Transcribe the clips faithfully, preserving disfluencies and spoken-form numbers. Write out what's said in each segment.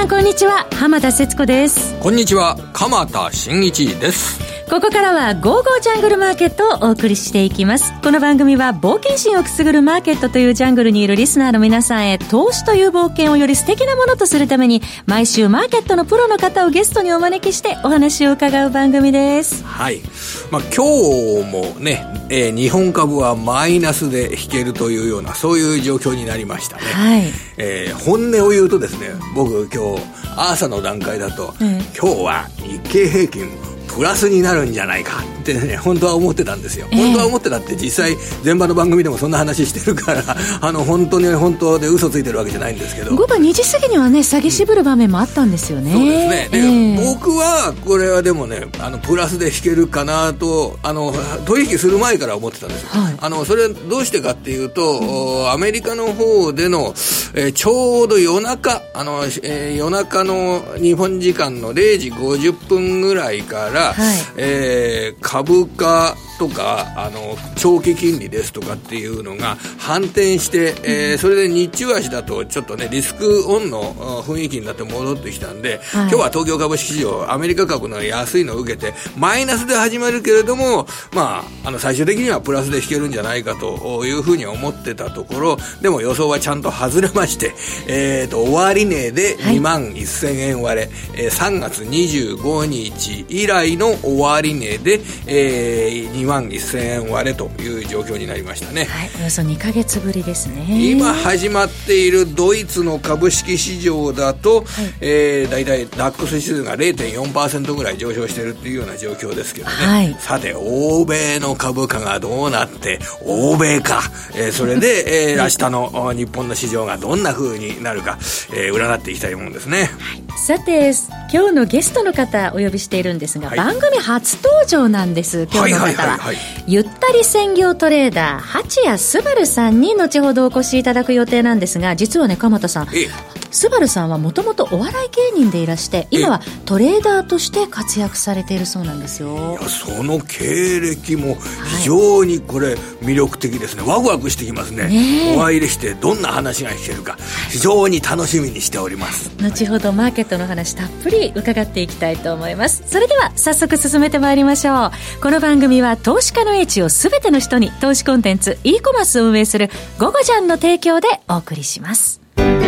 んこんにちは、浜田節子です。 こんにちは、鎌田新一です。 ここからはゴーゴージャングルマーケットをお送りしていきます。この番組は冒険心をくすぐるマーケットというジャングルにいるリスナーの皆さんへ、投資という冒険をより素敵なものとするために、毎週マーケットのプロの方をゲストにお招きしてお話を伺う番組です。 はい、まあ、今日もね、えー、日本株はマイナスで引けるというような、そういう状況になりましたね。はい、えー、本音を言うとですね、僕今日朝の段階だと、うん、今日は日経平均プラスになるんじゃないかってね、本当は思ってたんですよ。本当は思ってたって、実際前場の番組でもそんな話してるからあの本当に本当で嘘ついてるわけじゃないんですけど、 午後にじ過ぎにはね、下げ渋る場面もあったんですよね。 そうですね。で、えー、僕はこれはでもね、あのプラスで引けるかなと、あの取引する前から思ってたんですよ。はい、あのそれどうしてかっていうと、うん、アメリカの方での、えー、ちょうど夜中あの、えー、夜中の日本時間のれいじごじゅっぷんぐらいから、はい、えー、株価とかあの長期金利ですとかっていうのが反転して、えー、それで日中足だとちょっとねリスクオンの雰囲気になって戻ってきたんで、はい、今日は東京株式市場アメリカ株の安いのを受けてマイナスで始まるけれども、まあ、あの最終的にはプラスで引けるんじゃないかというふうに思ってたところ、でも予想はちゃんと外れまして、えー、と終値でにまんせんえん割れ、はい、えー、さんがつにじゅうごにち以来の終値で、えー、にまんせんえん割れという状況になりましたね。 はい、およそにかげつぶりですね。 今始まっているドイツの株式市場だと、はい、えー、だいたいダックス指数が れいてんよんパーセント ぐらい上昇しているっていうような状況ですけどね。はい、さて欧米の株価がどうなって、欧米か、えー、それで、えー、明日の日本の市場がどんな風になるか、えー、占っていきたいものですね。 はい、さて今日のゲストの方お呼びしているんですが、はい、番組初登場なんです。今日の方は、はいはいはいはい、ゆったり専業トレーダー八谷すばるさんに後ほどお越しいただく予定なんですが、実はね、鎌田さん、すばるさんはもともとお笑い芸人でいらして、今はトレーダーとして活躍されているそうなんですよ。 いや、その経歴も非常にこれ魅力的ですね。ワクワクしてきますね。ね、お会いでしてどんな話が聞けるか非常に楽しみにしております。 後ほどマーケットの話たっぷり伺っていきたいと思います。それでは早速進めてまいりましょう。この番組は投資家の英知をすべての人に、投資コンテンツ e コマースを運営するゴゴジャンの提供でお送りします。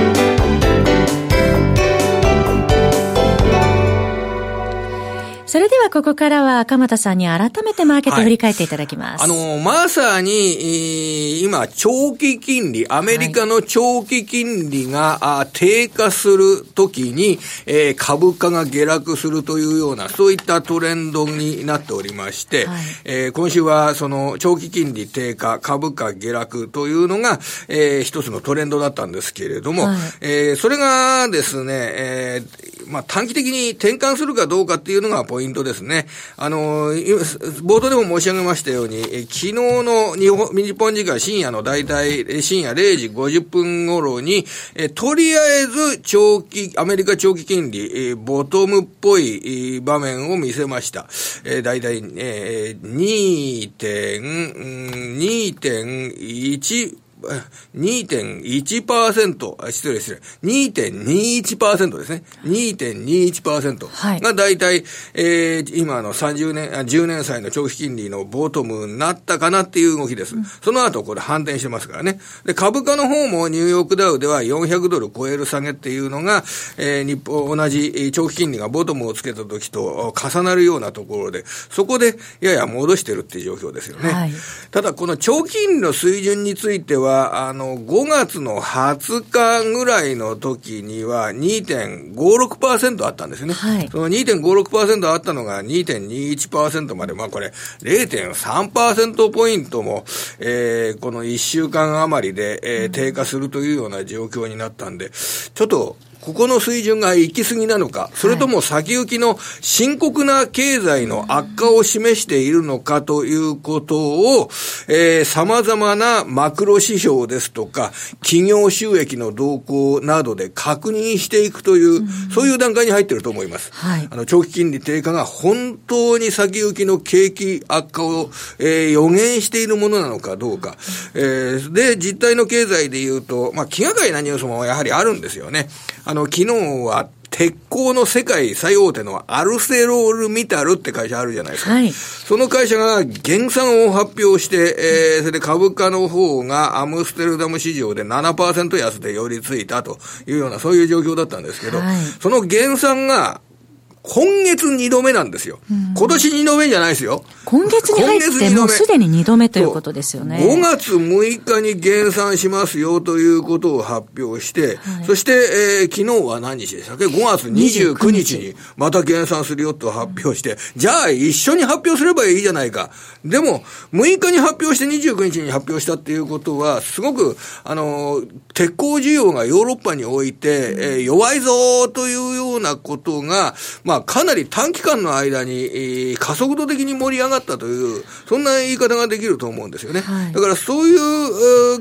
それではここからは鎌田さんに改めてマーケットを振り返っていただきます。 はい、あのまさに今長期金利、アメリカの長期金利が、はい、低下するときに、えー、株価が下落するというような、そういったトレンドになっておりまして、はい、えー、今週はその長期金利低下、株価下落というのが、えー、一つのトレンドだったんですけれども、はい、えー、それがですね、えーまあ、短期的に転換するかどうかっていうのがポイントですね。あの、冒頭でも申し上げましたように、昨日の日本、日本時間深夜のだいたい深夜れいじごじゅっぷん頃に、えとりあえず長期、アメリカ長期金利、えボトムっぽい場面を見せました。えだいたい、えー、にてんいち、にてんいちパーセント、失礼失礼、にてんにいちパーセント ですね。にてんにいちパーセント がだいたい、えー、今のさんじゅうねん、じゅうねん債の長期金利のボトムになったかなっていう動きです。うん、その後これ反転してますからね。で、株価の方もニューヨークダウではよんひゃくドル超える下げっていうのが、えー、日本、同じ長期金利がボトムをつけた時と重なるようなところで、そこでやや戻してるっていう状況ですよね。はい、ただこの長期金利の水準については、あのごがつのはつかぐらいの時には にてんごろくパーセント あったんですね。はい、その にてんごろくパーセント あったのが にてんにいちパーセント まで、まあこれ れいてんさんパーセント ポイントも、えー、このいっしゅうかん余りで、えー、低下するというような状況になったんで、ちょっとここの水準が行き過ぎなのか、それとも先行きの深刻な経済の悪化を示しているのかということを、えー、様々なマクロ指標ですとか、企業収益の動向などで確認していくという、うん、そういう段階に入っていると思います。はい、あの、長期金利低下が本当に先行きの景気悪化を、えー、予言しているものなのかどうか。えー、で、実態の経済で言うと、まあ、気がかりなニュースもやはりあるんですよね。あの、昨日は鉄鋼の世界最大手のアルセロールミタルって会社あるじゃないですか。 はい、 その会社が減産を発表して、えー、それで株価の方がアムステルダム市場で ななパーセント 安で寄りついたというようなそういう状況だったんですけど、はい、その減産が今月にどめなんですよ。うん、今年にどめじゃないですよ。 今月に入ってもうすでににどめということですよね。 ごがつむいかに減産しますよということを発表して、はい、そして、えー、昨日は何日でしたっけ ?ご 月にじゅうくにちにまた減産するよと発表して、うん、じゃあ一緒に発表すればいいじゃないか。でも、むいかに発表してにじゅうくにちに発表したっていうことは、すごく、あの、鉄鋼需要がヨーロッパにおいて、うんえー、弱いぞというようなことが、まあ、かなり短期間の間に、えー、加速度的に盛り上がったという、そんな言い方ができると思うんですよね。はい、だからそういう、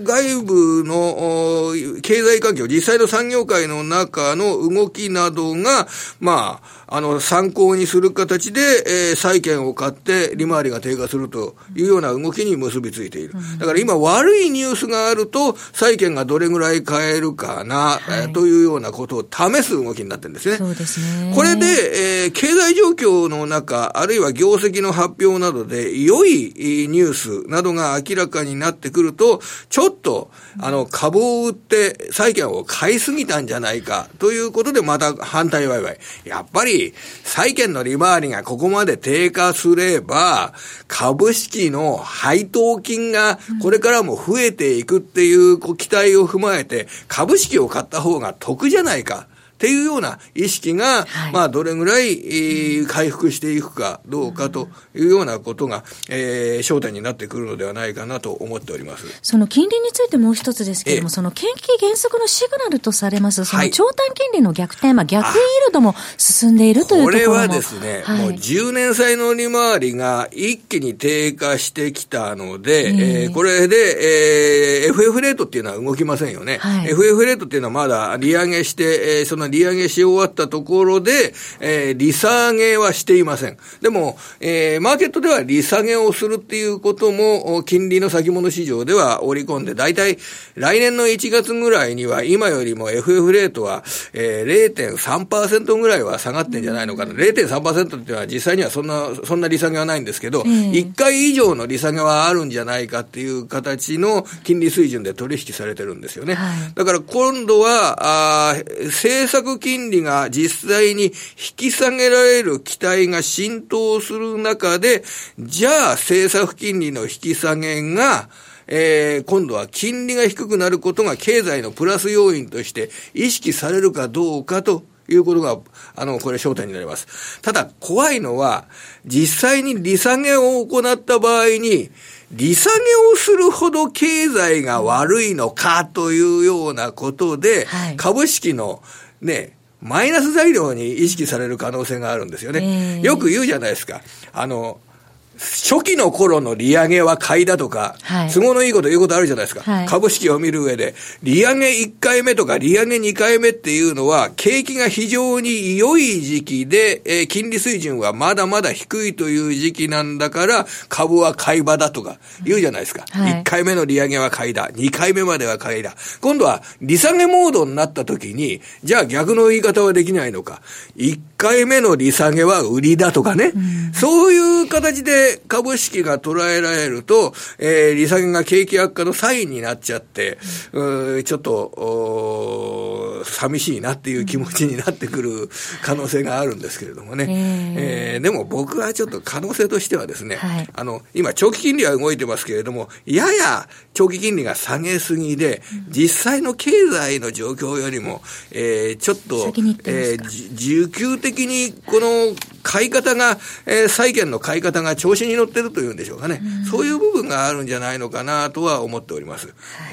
外部の経済環境、実際の産業界の中の動きなどが、まあ、あの、参考にする形で、えー、債券を買って利回りが低下するというような動きに結びついている。だから今悪いニュースがあると、債券がどれぐらい買えるかな、はいえー、というようなことを試す動きになってるんですね。 そうですね。 これで、えー、経済状況の中、あるいは業績の発表などで、良いニュースなどが明らかになってくると、ちょっと、あの、株を売って債券を買いすぎたんじゃないか、ということでまた反対売買。やっぱり、債券の利回りがここまで低下すれば、株式の配当金がこれからも増えていくっていう期待を踏まえて、株式を買った方が得じゃないか。っていうような意識が、はい、まあ、どれぐらい、えー、回復していくかどうかというようなことが、えー、焦点になってくるのではないかなと思っております。 その金利についてもう一つですけれども、その景気減速のシグナルとされます、その長短金利の逆転、まあ、逆イールドも進んでいるというところも。 これはですね、はい、もうじゅうねん債の利回りが一気に低下してきたので、えーえー、これで、えー、エフエフ レートっていうのは動きませんよね。はい、エフエフ レートっていうのはまだ利上げして、えー、その利上げし終わったところで、えー、利下げはしていません。でも、えー、マーケットでは利下げをするっていうことも、金利の先物市場では織り込んで、だいたい来年のいちがつぐらいには、今よりも エフエフ レートは、えー、れいてんさんパーセント ぐらいは下がってんじゃないのかな。れいてんさんパーセント っていうのは実際にはそんな、そんな利下げはないんですけど、うん、いっかい以上の利下げはあるんじゃないかっていう形の金利水準で取引されてるんですよね。はい、だから今度は、あ政策金利金利が実際に引き下げられる期待が浸透する中で、じゃあ政策金利の引き下げが、えー、今度は金利が低くなることが経済のプラス要因として意識されるかどうかということが、あの、これ焦点になります。ただ怖いのは、実際に利下げを行った場合に、利下げをするほど経済が悪いのかというようなことで、はい、株式のね、マイナス材料に意識される可能性があるんですよね。えー、よく言うじゃないですか。あの、初期の頃の利上げは買いだとか、はい、都合のいいこと言うことあるじゃないですか、はい、株式を見る上で利上げいっかいめとか利上げにかいめっていうのは景気が非常に良い時期で、えー、金利水準はまだまだ低いという時期なんだから株は買い場だとか言うじゃないですか、はい、いっかいめの利上げは買いだ、にかいめまでは買いだ。今度は利下げモードになった時にじゃあ逆の言い方はできないのか、いっかいめの利下げは売りだとかね、うん、そういう形で株式が捉えられると、えー、利下げが景気悪化のサインになっちゃって、うん、ちょっと寂しいなっていう気持ちになってくる可能性があるんですけれどもね、えーえー、でも僕はちょっと可能性としてはですね、はい、あの今長期金利は動いてますけれどもやや長期金利が下げすぎで、うん、実際の経済の状況よりも、えー、ちょっと、えー、需給的にこの買い方が、えー、債券の買い方が調子に乗ってるというんでしょうかね、うん、そういう部分があるんじゃないのかなとは思っております、はい。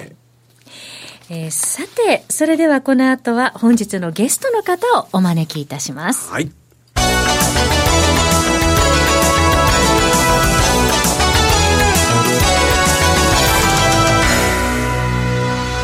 えー、さてそれではこの後は本日のゲストの方をお招きいたします。 はい。 本日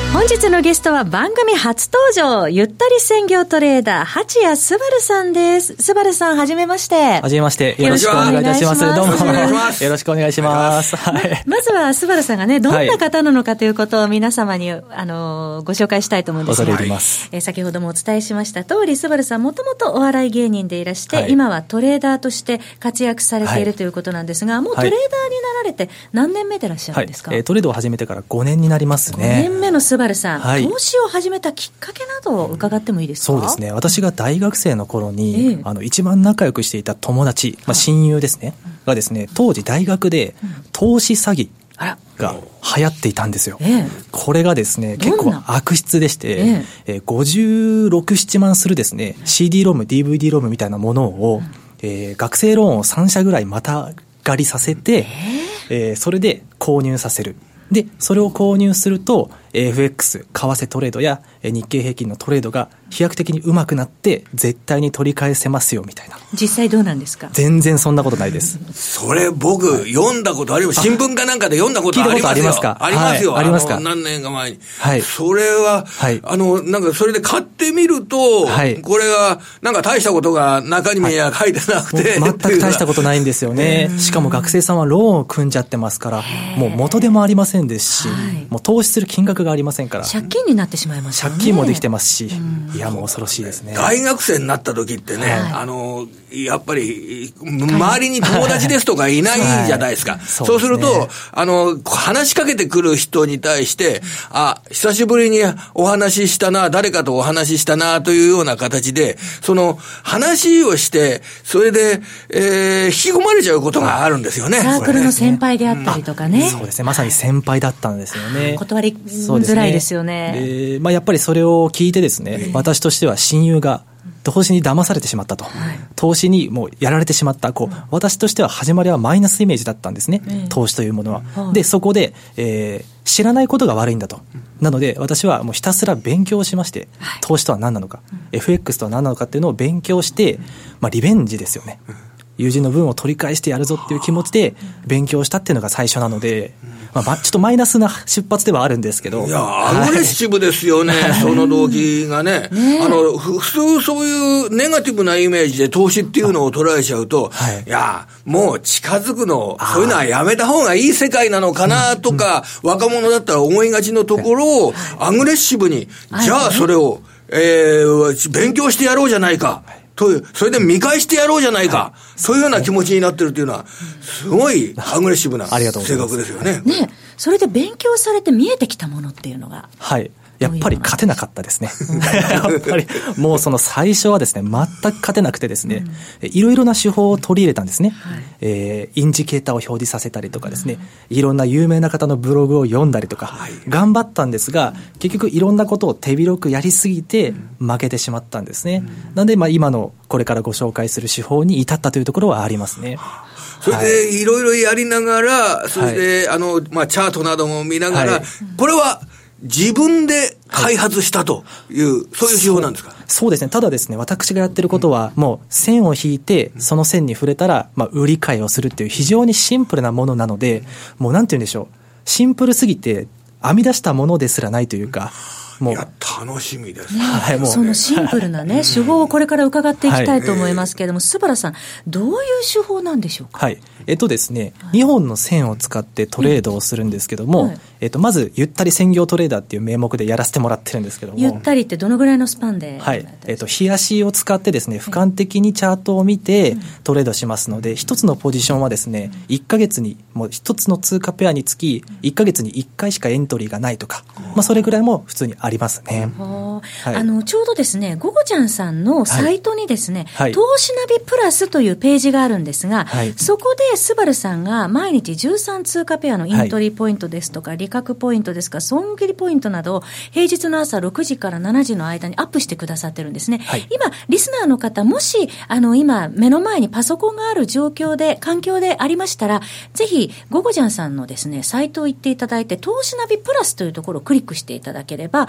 日のゲストは番組初登場、ゆったり専業トレーダー、八谷すばるさんです。すばるさん、はじめまして。 はじめまして。よろしくお願いいたします。どうも。よろしくお願いします。はい。 まずは、すばるさんがね、どんな方なのかということを皆様に、あの、ご紹介したいと思うんですが。 恐れ入ります。 えー、先ほどもお伝えしました通り、すばるさん、もともとお笑い芸人でいらして、はい、今はトレーダーとして活躍されている、はい、ということなんですが、もうトレーダーになられて何年目でいらっしゃるんですか？ はい、えー、トレードを始めてからごねんになりますね。 ごねんめのすばるさん、 はい、 投資を始めたきっかけなどを伺ってもいいですか？ そうですね。私が大学生の頃に、ええ、あの一番仲良くしていた友達、まあ、親友ですね、はい、がですね、当時大学で投資詐欺が流行っていたんですよ。ええ、これがですね、結構悪質でして、ええ、ごじゅうろく、ななまんするですね、シーディー ローム、ディーブイディー ロームみたいなものを、うん、えー、学生ローンをさんしゃぐらいまたがりさせて、えー、それで購入させる。で、それを購入すると エフエックス、為替トレードや日経平均のトレードが飛躍的に上手くなって絶対に取り返せますよみたいな。 実際どうなんですか？ 全然そんなことないです。 それ僕、はい、読んだことあります。新聞かなんかで読んだことありますよ。 ありますか？ ありますよ。はい、 ありますか？ 何年か前に。 はい。 それは、はい、あの、なんかそれで買ってみると、はい、これがなんか大したことが中身には書いてなくて、 はい、全く大したことないんですよね。しかも学生さんはローンを組んじゃってますから、もう元でもありませんですし、はい、もう投資する金額がありませんから。 借金になってしまいますよね。 借金もできてますし、いやもう恐ろしいですね。 大学生になった時ってね、はい、あの、やっぱり、周りに友達ですとかいないじゃないですか。はい、そうですね。そうすると、あの、話しかけてくる人に対して、あ、久しぶりにお話ししたな、誰かとお話ししたな、というような形で、その、話をして、それで、えー、引き込まれちゃうことがあるんですよね。 サークルの先輩であったりとかね。 うん、そうですね。まさに先輩だったんですよね。 断りづらいですよね。 で、まあ、やっぱりそれを聞いてですね、えー、私としては親友が投資に騙されてしまったと、はい、投資にもうやられてしまった、こう、うん、私としては始まりはマイナスイメージだったんですね、うん、投資というものは、うん、でそこで、えー、知らないことが悪いんだと、うん、なので私はもうひたすら勉強しまして、はい、投資とは何なのか、うん、エフエックス とは何なのかっていうのを勉強して、まあ、リベンジですよね、うん、友人の分を取り返してやるぞっていう気持ちで勉強したっていうのが最初なので、まあ、ちょっとマイナスな出発ではあるんですけど。 いや、アグレッシブですよね、はい、その動機がね。ね、あの、普通そういうネガティブなイメージで投資っていうのを捉えちゃうと、はい、いや、もう近づくの、そういうのはやめた方がいい世界なのかなとか、うん、若者だったら思いがちのところを、アグレッシブに、じゃあそれを、えー、勉強してやろうじゃないか。という、それで見返してやろうじゃないか、はい、そういうような気持ちになってるというのは、すごいアグレッシブな性格ですよね。 ね、それで勉強されて見えてきたものっていうのが。 はい。やっぱり勝てなかったですね。やっぱりもうその最初はですね、全く勝てなくてですね、うん、いろいろな手法を取り入れたんですね。はい、えー、インジケーターを表示させたりとかですね、うん、いろんな有名な方のブログを読んだりとか、はい、頑張ったんですが、結局いろんなことを手広くやりすぎて負けてしまったんですね。うん、なんでまあ今のこれからご紹介する手法に至ったというところはありますね。 それでいろいろやりながら、それで、はい、あの、まあ、チャートなども見ながら、はい、これは自分で開発したという、はい、そういう手法なんですか？ そう、そうですね。ただですね、私がやってることは、もう線を引いて、その線に触れたら、まあ、売り買いをするっていう非常にシンプルなものなので、もうなんて言うんでしょう。シンプルすぎて、編み出したものですらないというか、もういや楽しみですね、 はい、もうそのシンプルなね手法をこれから伺っていきたいと思いますけれども、すばらさんどういう手法なんでしょうか？ はい、えっとですね、はい、にほんの線を使ってトレードをするんですけども、はい、えっと、まずゆったり専業トレーダーっていう名目でやらせてもらってるんですけども、 ゆったりってどのぐらいのスパンで？ はい、えっと、日足を使ってですね、俯瞰的にチャートを見てトレードしますので、一つのポジションはですね、いっかげつにもう一つの通貨ペアにつきいっかげつにいっかいしかエントリーがないとか、まあ、それぐらいも普通にありますね。 はい、あのちょうどですね、ゴゴちゃんさんのサイトにですね、はい、投資ナビプラスというページがあるんですが、はい、そこでスバルさんが毎日じゅうさん通貨ペアのイントリーポイントですとか、はい、利確ポイントですか、損切りポイントなどを平日の朝ろくじからしちじの間にアップしてくださってるんですね。はい、今リスナーの方、もしあの今目の前にパソコンがある状況で環境でありましたら、ぜひゴゴちゃんさんのですねサイトを行っていただいて、投資ナビプラスというところをクリックしていただければ、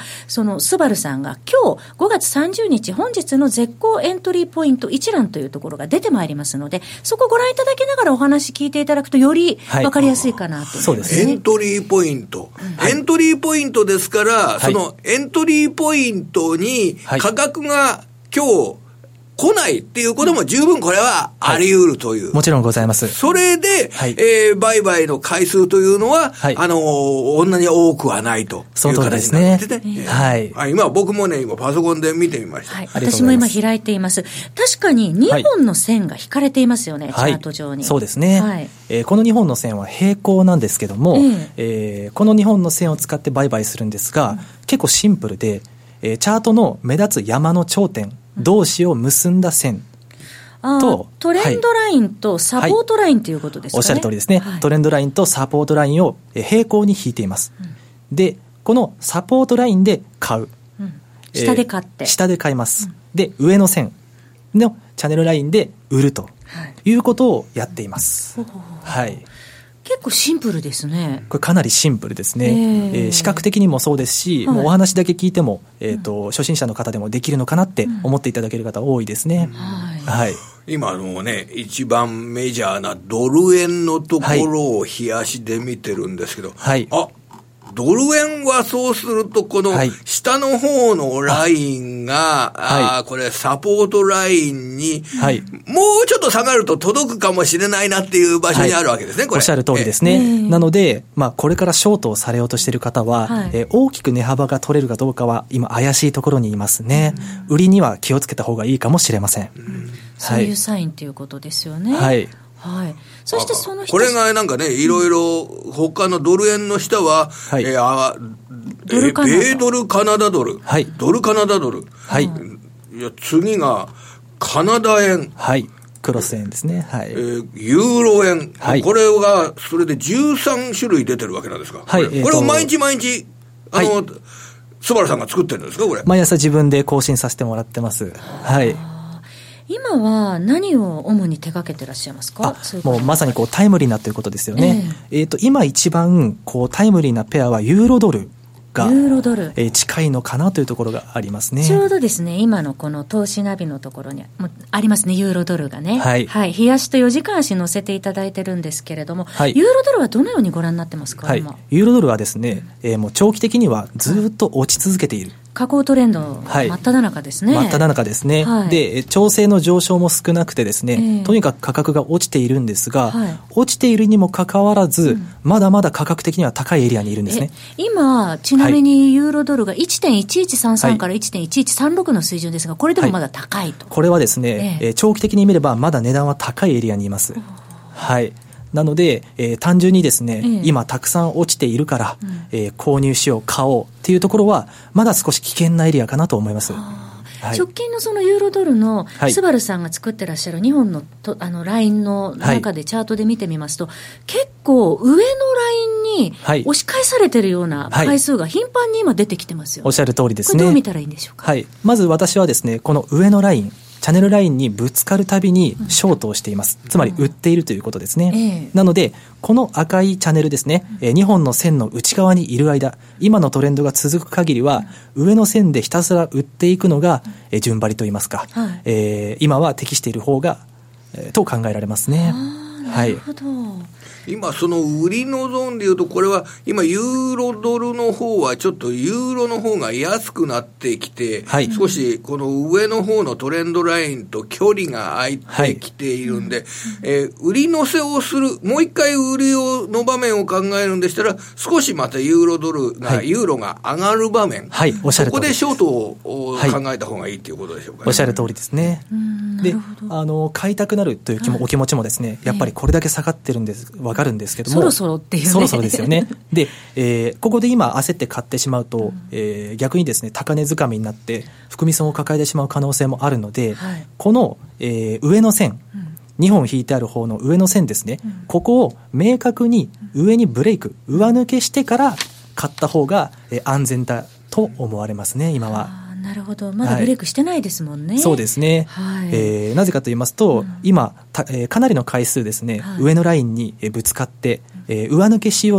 そのスバルさんが今日ごがつさんじゅうにち本日の絶好エントリーポイント一覧というところが出てまいりますので、そこをご覧いただきながらお話聞いていただくとより分かりやすいかなと、はい、 そうですね。 エントリーポイント、うん、エントリーポイントですから、はい、そのエントリーポイントに価格が今日来ないっていうことも十分これはあり得るという、 はい、もちろんございます。 それで、はい、えー、売買の回数というのは、はい、あのー、こんなに多くはないという形になってて、ね、はい、はい、今僕もね今パソコンで見てみました、はい、 私も今開いています。確かににほんの線が引かれていますよね、はい、チャート上に、 そうですね、はい、えー、このにほんの線は平行なんですけども、えーえー、このにほんの線を使って売買するんですが、うん、結構シンプルで、えー、チャートの目立つ山の頂点同士を結んだ線と、 トレンドラインとサポートラインということですかね、はい、 おっしゃる通りですね、はい、トレンドラインとサポートラインを平行に引いています、うん、でこのサポートラインで買う、 うん、下で買って、 えー、下で買います、うん、で上の線のチャンネルラインで売るということをやっています、はい、はい、 結構シンプルですね。 これかなりシンプルですね、えーえー、視覚的にもそうですし、はい、もうお話だけ聞いても、えーとうん、初心者の方でもできるのかなって思っていただける方多いですね、うん、はい、 今のね一番メジャーなドル円のところを冷やしで見てるんですけど、はい、あドル円はそうするとこの下の方のラインが、はい、ああこれサポートラインに、はい、もうちょっと下がると届くかもしれないなっていう場所にあるわけですね、はい、これおっしゃる通りですね。なので、まあ、これからショートをされようとしている方は、はい、えー、大きく値幅が取れるかどうかは今怪しいところにいますね、うん、売りには気をつけた方がいいかもしれません、うん、 そういうサインということですよね。 はい、 はい、そしてそのこれがなんかねいろいろ他のドル円の下は、はい、えー、あドルカナダ、 米ドルカナダドル、はい、ドルカナダドル、はい、いや次がカナダ円、 はい、クロス円ですね、はい、 えー、ユーロ円、はい、これがそれでじゅうさんしゅるい出てるわけなんですか、はい、これ、えー、これを毎日毎日あの、はい、スバルさんが作ってるんですかこれ。 毎朝自分で更新させてもらってます。はい。 今は何を主に手掛けてらっしゃいますか。 あ、もうまさにこうタイムリーなということですよね。えー、えーと今一番こうタイムリーなペアはユーロドルがユーロドル、えー、近いのかなというところがありますね。 ちょうどですね今のこの投資ナビのところにもありますね、ユーロドルがね、はいはい、日足とよじかん足載せていただいてるんですけれども、はい、ユーロドルはどのようにご覧になってますか。 はい、 今ユーロドルはですね、えー、もう長期的にはずっと落ち続けている、 下降トレンド真っ只中ですね、 はい、真っ只中ですね、はい、で調整の上昇も少なくてですね、えー、とにかく価格が落ちているんですが、はい、落ちているにもかかわらず、うん、まだまだ価格的には高いエリアにいるんですね。 今ちなみにユーロドルが いちてんいちいちさんさん から いちてんいちいちさんろく の水準ですが、これでもまだ高いと、 はい、これはですね、えー、長期的に見ればまだ値段は高いエリアにいます。はい、なので、えー、単純にですね、ええ、今たくさん落ちているから、うん、えー、購入しよう買おうっていうところはまだ少し危険なエリアかなと思います。はい、直近のそのユーロドルのスバルさんが作ってらっしゃるにほんのとあのラインの中でチャートで見てみますと、はい、結構上のラインに押し返されてるような回数が頻繁に今出てきてますよ、ね、 おっしゃる通りですね。 これどう見たらいいんでしょうか。 はい、まず私はですねこの上のラインチャンネルラインにぶつかるたびにショートをしています、うん、つまり売っているということですね、えー、なのでこの赤いチャンネルですね、うん、にほんの線の内側にいる間今のトレンドが続く限りは、うん、上の線でひたすら売っていくのが、うん、順張りといいますか、はい、えー、今は適している方が、えー、と考えられますね。 なるほど、はい、 今その売りのゾーンでいうとこれは今ユーロドルの方はちょっとユーロの方が安くなってきて、はい、少しこの上の方のトレンドラインと距離が空いてきているんで、はい、えー、売り乗せをするもう一回売りをの場面を考えるんでしたら少しまたユーロドルが、はい、ユーロが上がる場面、はい、おっしゃる通り、そこでショートを考えた方がいいということでしょうかね。 おっしゃる通りですね。で、あの買いたくなるという気も、はい、お気持ちもですねやっぱりこれだけ下がってるんです分かるんですけども、 そろそろっていうね、 そろそろですよね。で、えー、ここで今焦って買ってしまうと、うん、えー、逆にですね高値掴みになって含み損を抱えてしまう可能性もあるので、はい、この、えー、上の線、うん、にほん引いてある方の上の線ですね、うん、ここを明確に上にブレイク上抜けしてから買った方が、えー、安全だと思われますね今は。 なるほど、まだブレイクしてないですもんね。 はい、そうですね、はい、えー、なぜかと言いますと、うん、今た、えー、かなりの回数ですね、はい、上のラインにぶつかって、えー、上抜けしようと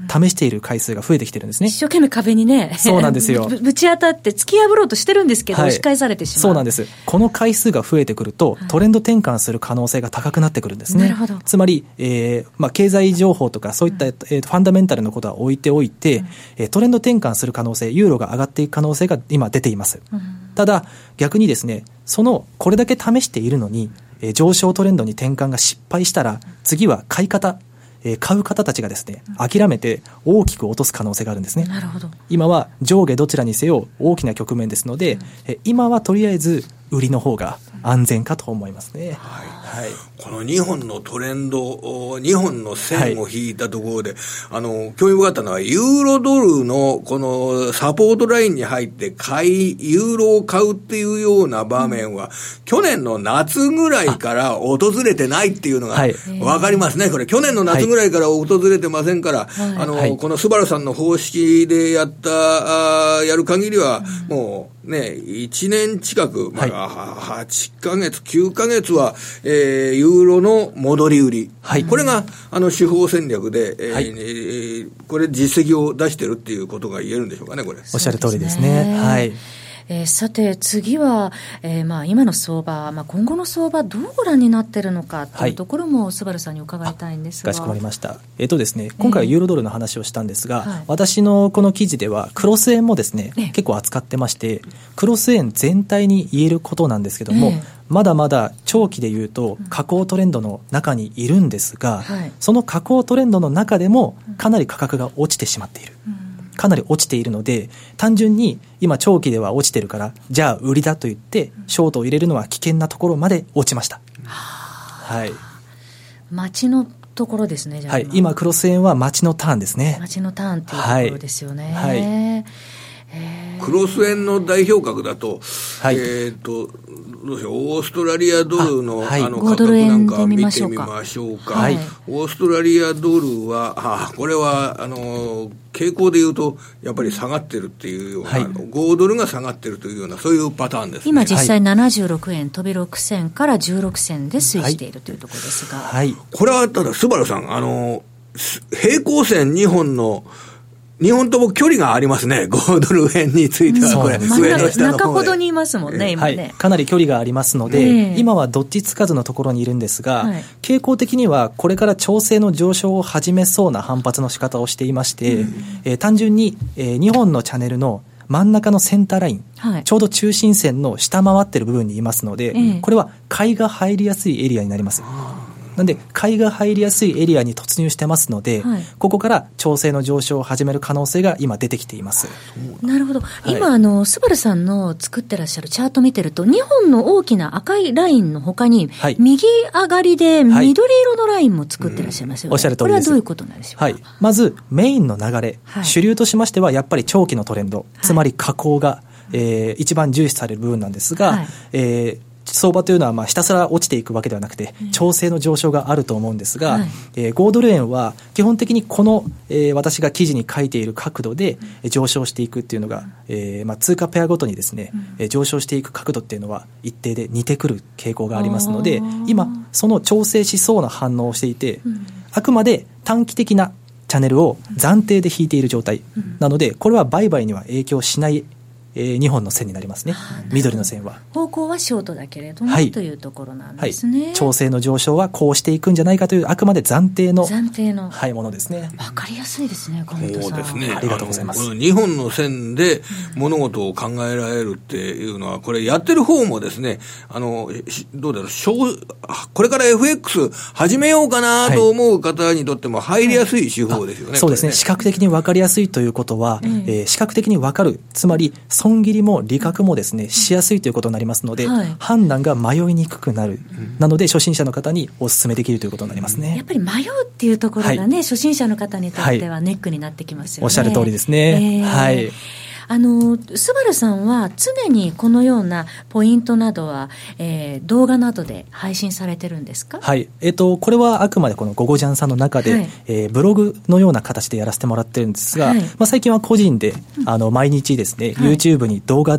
試している回数が増えてきてるんですね。 一生懸命壁にね、 そうなんですよ。 ぶ, ぶち当たって突き破ろうとしてるんですけど、はい、押し返されてしまう。 そうなんです。この回数が増えてくると、トレンド転換する可能性が高くなってくるんですね。 なるほど。 つまり、えーまあ、経済情報とかそういった、うん、えー、ファンダメンタルのことは置いておいて、うん、トレンド転換する可能性、ユーロが上がっていく可能性が今出ています。うん、ただ逆にですね、そのこれだけ試しているのに、えー、上昇トレンドに転換が失敗したら、次は買い方、えー、買う方たちがですね、諦めて大きく落とす可能性があるんですね。 なるほど。 今は上下どちらにせよ大きな局面ですので、うん、え今はとりあえず売りの方が安全かと思いますね。 はいはい、このにほんのトレンド、にほんの線を引いたところで、はい、あの興味深かったのはユーロドルのこのサポートラインに入って買いユーロを買うっていうような場面は、うん、去年の夏ぐらいから訪れてないっていうのが分かりますね。これ去年の夏ぐらいから訪れてませんから、はい、あの、はい、このスバルさんの方式でやったあやる限りは、うん、もうね、いちねん近く、まあ、はちかげつ、きゅうかげつは、えー、ユーロの戻り売り。はい、これが、あの、手法戦略で、えーはいえー、これ実績を出してるっていうことが言えるんでしょうかね、これ。 おっしゃる通りですね。はい。 えー、さて次は、えーまあ、今の相場、まあ、今後の相場どうご覧になっているのかというところもスバルさんに伺いたいんですが。 かしこまりました。えーとですね、今回はユーロドルの話をしたんですが、えーはい、私のこの記事ではクロス円もですね、えー、結構扱ってまして、クロス円全体に言えることなんですけども、えー、まだまだ長期で言うと下降トレンドの中にいるんですが、はい、その下降トレンドの中でもかなり価格が落ちてしまっている、うんかなり落ちているので、単純に今長期では落ちてるからじゃあ売りだと言ってショートを入れるのは危険なところまで落ちました。はい。 待ちのところですね。じゃあ今,、はい、今クロス円は待ちのターンですね。 待ちのターンっていうところですよね。はい。はいクロス円の代表格だと、はい、えっとどうしよう、オーストラリアドルの、あ、はい、あの価格なんか見てみましょうか。はい、オーストラリアドルは、あ、これはあの傾向でいうとやっぱり下がってるっていうような、はい、ごドルが下がってるというようなそういうパターンですね。 今実際ななじゅうろくえん飛びろく銭からじゅうろく銭で推移しているというところですが、 はいはい、これはただスバルさん、あの平行線にほんのにほんとも距離がありますね。ごドル円についてはこれ、 うん、上の下の方で中ほどにいますもんね、今ね、 はい、かなり距離がありますので、えー、今はどっちつかずのところにいるんですが、はい、傾向的にはこれから調整の上昇を始めそうな反発の仕方をしていまして、うんえー、単純に、えー、にほんのチャンネルの真ん中のセンターライン、はい、ちょうど中心線の下回っている部分にいますので、えー、これは買いが入りやすいエリアになります。なんで買いが入りやすいエリアに突入してますので、はい、ここから調整の上昇を始める可能性が今出てきています。 なるほど、はい、今あのスバルさんの作ってらっしゃるチャート見てるとにほんの大きな赤いラインの他に、はい、右上がりで緑色のラインも作ってらっしゃいますよね、はい、うん、おっしゃる通りです。これはどういうことなんでしょうか。 はい、まずメインの流れ、はい、主流としましてはやっぱり長期のトレンド、はい、つまり下降が、えー、一番重視される部分なんですが、はい、えー相場というのはまあひたすら落ちていくわけではなくて調整の上昇があると思うんですが、はいえー、ごドル円は基本的にこの、えー、私が記事に書いている角度で上昇していくっていうのが、えーまあ、通貨ペアごとにですね、うん、上昇していく角度っていうのは一定で似てくる傾向がありますので、今その調整しそうな反応をしていて、うん、あくまで短期的なチャンネルを暫定で引いている状態なので、これは売買には影響しないえー、にほんの線になりますね。緑の線は方向はショートだけれども、はい、というところなんですね、はい、 調整の上昇はこうしていくんじゃないかというあくまで暫定の暫定の、 はい、ものですね。 分かりやすいですね、金本さん。 そうですね、 ありがとうございます。 このにほんの線で物事を考えられるっていうのは、これやってる方もですね、あのどうだろう、これから エフエックス 始めようかなと思う方にとっても入りやすい手法ですよね、はい、 そうですね、視覚的に分かりやすいということは、うんえー、視覚的に分かる、つまり損切りも利確もですねしやすいということになりますので、はい、判断が迷いにくくなる、うん、なので初心者の方にお勧めできるということになりますね。 やっぱり迷うっていうところがね、はい、初心者の方にとってはネックになってきますよね、はい、 おっしゃる通りですね、 えー、 はい。 あのスバルさんは常にこのようなポイントなどは、えー、動画などで配信されてるんですか。 はい、えーと、これはあくまでこのゴゴジャンさんの中で、はいえー、ブログのような形でやらせてもらってるんですが、はいまあ、最近は個人で、うん、あの毎日ですね、はい、YouTube に動画で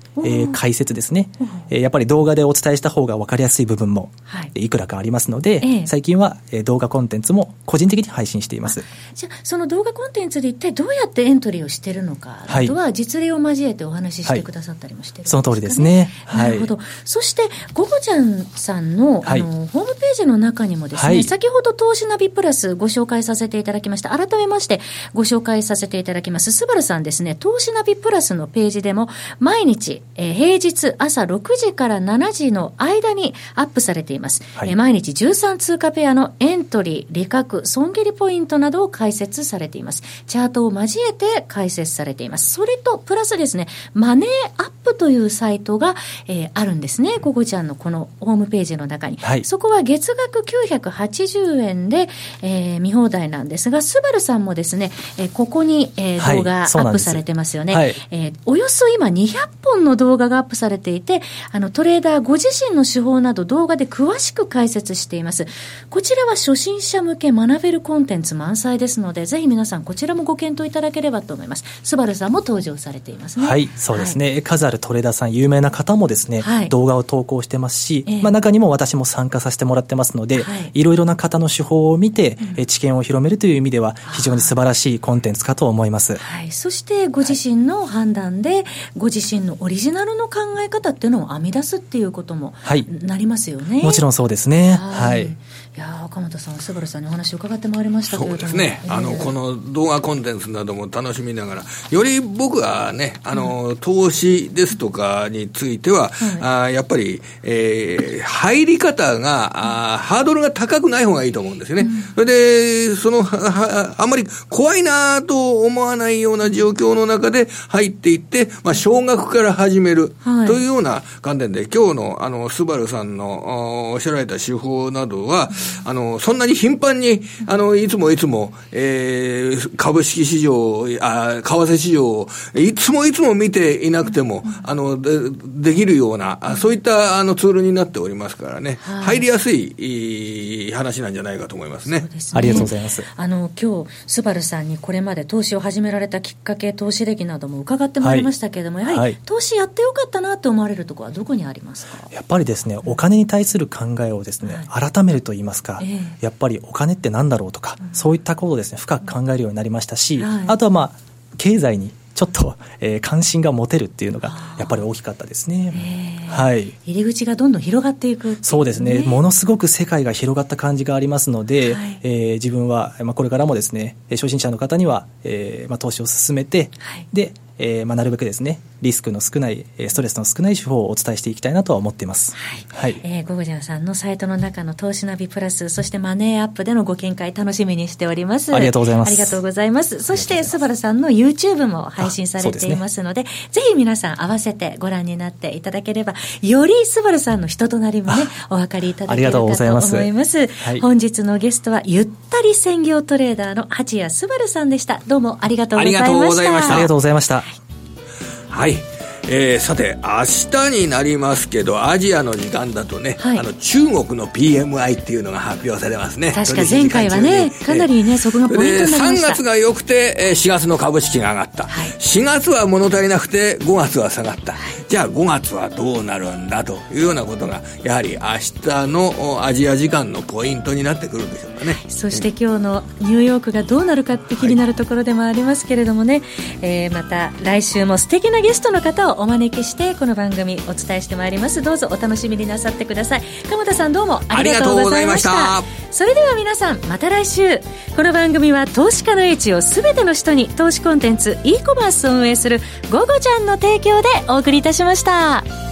えー、解説ですね、えー、やっぱり動画でお伝えした方が分かりやすい部分も、はい、いくらかありますので、ええ、最近は、えー、動画コンテンツも個人的に配信しています。 じゃあその動画コンテンツで一体どうやってエントリーをしているのか、はい、あとは実例を交えてお話ししてくださったりもしてるんですかね、はい、 その通りですね、 なるほど、はい、そしてゴゴちゃんさん の, あの、はい、ホームページの中にもですね、はい、先ほど投資ナビプラスご紹介させていただきました。改めましてご紹介させていただきますスバルさんですね、投資ナビプラスのページでも毎日、えー、平日朝ろくじからしちじの間にアップされています、はい、えー、毎日じゅうさん通貨ペアのエントリー、利確、損切りポイントなどを解説されています。チャートを交えて解説されています。それとプラスですね、マネーアップというサイトが、えー、あるんですね。ゴゴちゃんのこのホームページの中に、はい、そこは月額きゅうひゃくはちじゅうえんで、えー、見放題なんですが、スバルさんもですね、えー、ここに、えー、動画アップされてますよね、はい、えー、およそ今にひゃっぽんの動画がアップされていて、あのトレーダーご自身の手法など動画で詳しく解説しています。こちらは初心者向け学べるコンテンツ満載ですので、ぜひ皆さんこちらもご検討いただければと思います。スバルさんも登場されていますね。 はい、そうですね、はい、数あるトレーダーさん、有名な方もですね、はい、動画を投稿してますし、えーまあ、中にも私も参加させてもらってますので、はい、いろいろな方の手法を見て、うん、知見を広めるという意味では非常に素晴らしいコンテンツかと思います。 はい、そしてご自身の判断で、はい、ご自身のオリジナルの考え方っていうのを編み出すっていうこともなりますよね。 はい、もちろんそうですね。はい、はい、 いや鎌田さん、スバルさんにお話を伺ってまいりましたけれども、 そうですね、えー、あのこの動画コンテンツなども楽しみながら、より僕はね、あの、うん、投資ですとかについては、はい、あやっぱり、えー、入り方が、あハードルが高くない方がいいと思うんですよね、うん、それでそのはあんまり怖いなと思わないような状況の中で入っていって、まあ、少額から始める、はい、というような観点で、今日のあのスバルさんのおっしゃられた手法などは、あのそんなに頻繁にあのいつもいつも、えー、株式市場、あ為替市場をいつもいつも見ていなくてもあの で, できるような、そういったあのツールになっておりますからね、はい、入りやすい、いい話なんじゃないかと思いますね。 そうですね、 ありがとうございます。 あの今日スバルさんにこれまで投資を始められたきっかけ、投資歴なども伺ってまいりましたけれども、はい、やはり、はい、投資やってよかったなと思われるところはどこにありますか？ やっぱりですね、お金に対する考えをですね、はい、改めると言いますか、えー、やっぱりお金って何だろうとか、うん、そういったことをですね深く考えるようになりましたし、はい、あとはまあ経済にちょっと、えー、関心が持てるっていうのがやっぱり大きかったですね。はい、 入り口がどんどん広がっていくっていう、ね、 そうですね、ものすごく世界が広がった感じがありますので、はい、えー、自分は、まあ、これからもですね、初心者の方には、えーまあ、投資を進めて、はい、でえーまあ、なるべくですね、リスクの少ない、ストレスの少ない手法をお伝えしていきたいなとは思っています。 はい、はい、えー、ゴゴジャンさんのサイトの中の投資ナビプラス、そしてマネーアップでのご見解楽しみにしております。 ありがとうございます。 ありがとうございます。そしてスバルさんの YouTube も配信されていますので、でね、ぜひ皆さん合わせてご覧になっていただければ、よりスバルさんの人となりもね、お分かりいただけるかと思います。ありがとうございます。はい、本日のゲストはゆったり専業トレーダーの八谷スバルさんでした。どうもありがとうございました。ありがとうございました。 ありがとうございました。 はい、えー、さて明日になりますけど、アジアの時間だとね、はい、あの中国の ピーエムアイ っていうのが発表されますね。 確か前回はね、かなりね、そこがポイントになりました。 さんがつが良くてしがつの株式が上がった、はい、しがつは物足りなくてごがつは下がった、はい、じゃあごがつはどうなるんだというようなことがやはり明日のアジア時間のポイントになってくるんでしょうかね。 そして今日のニューヨークがどうなるかって気になるところでもありますけれどもね、はい、えー、また来週も素敵なゲストの方をお招きしてこの番組お伝えしてまいります。どうぞお楽しみになさってください。鎌田さん、どうもありがとうございました。 ありがとうございました。 それでは皆さん、また来週。この番組は投資家の英知をすべての人に、投資コンテンツ e コマースを運営するゴゴちゃんの提供でお送りいたしました。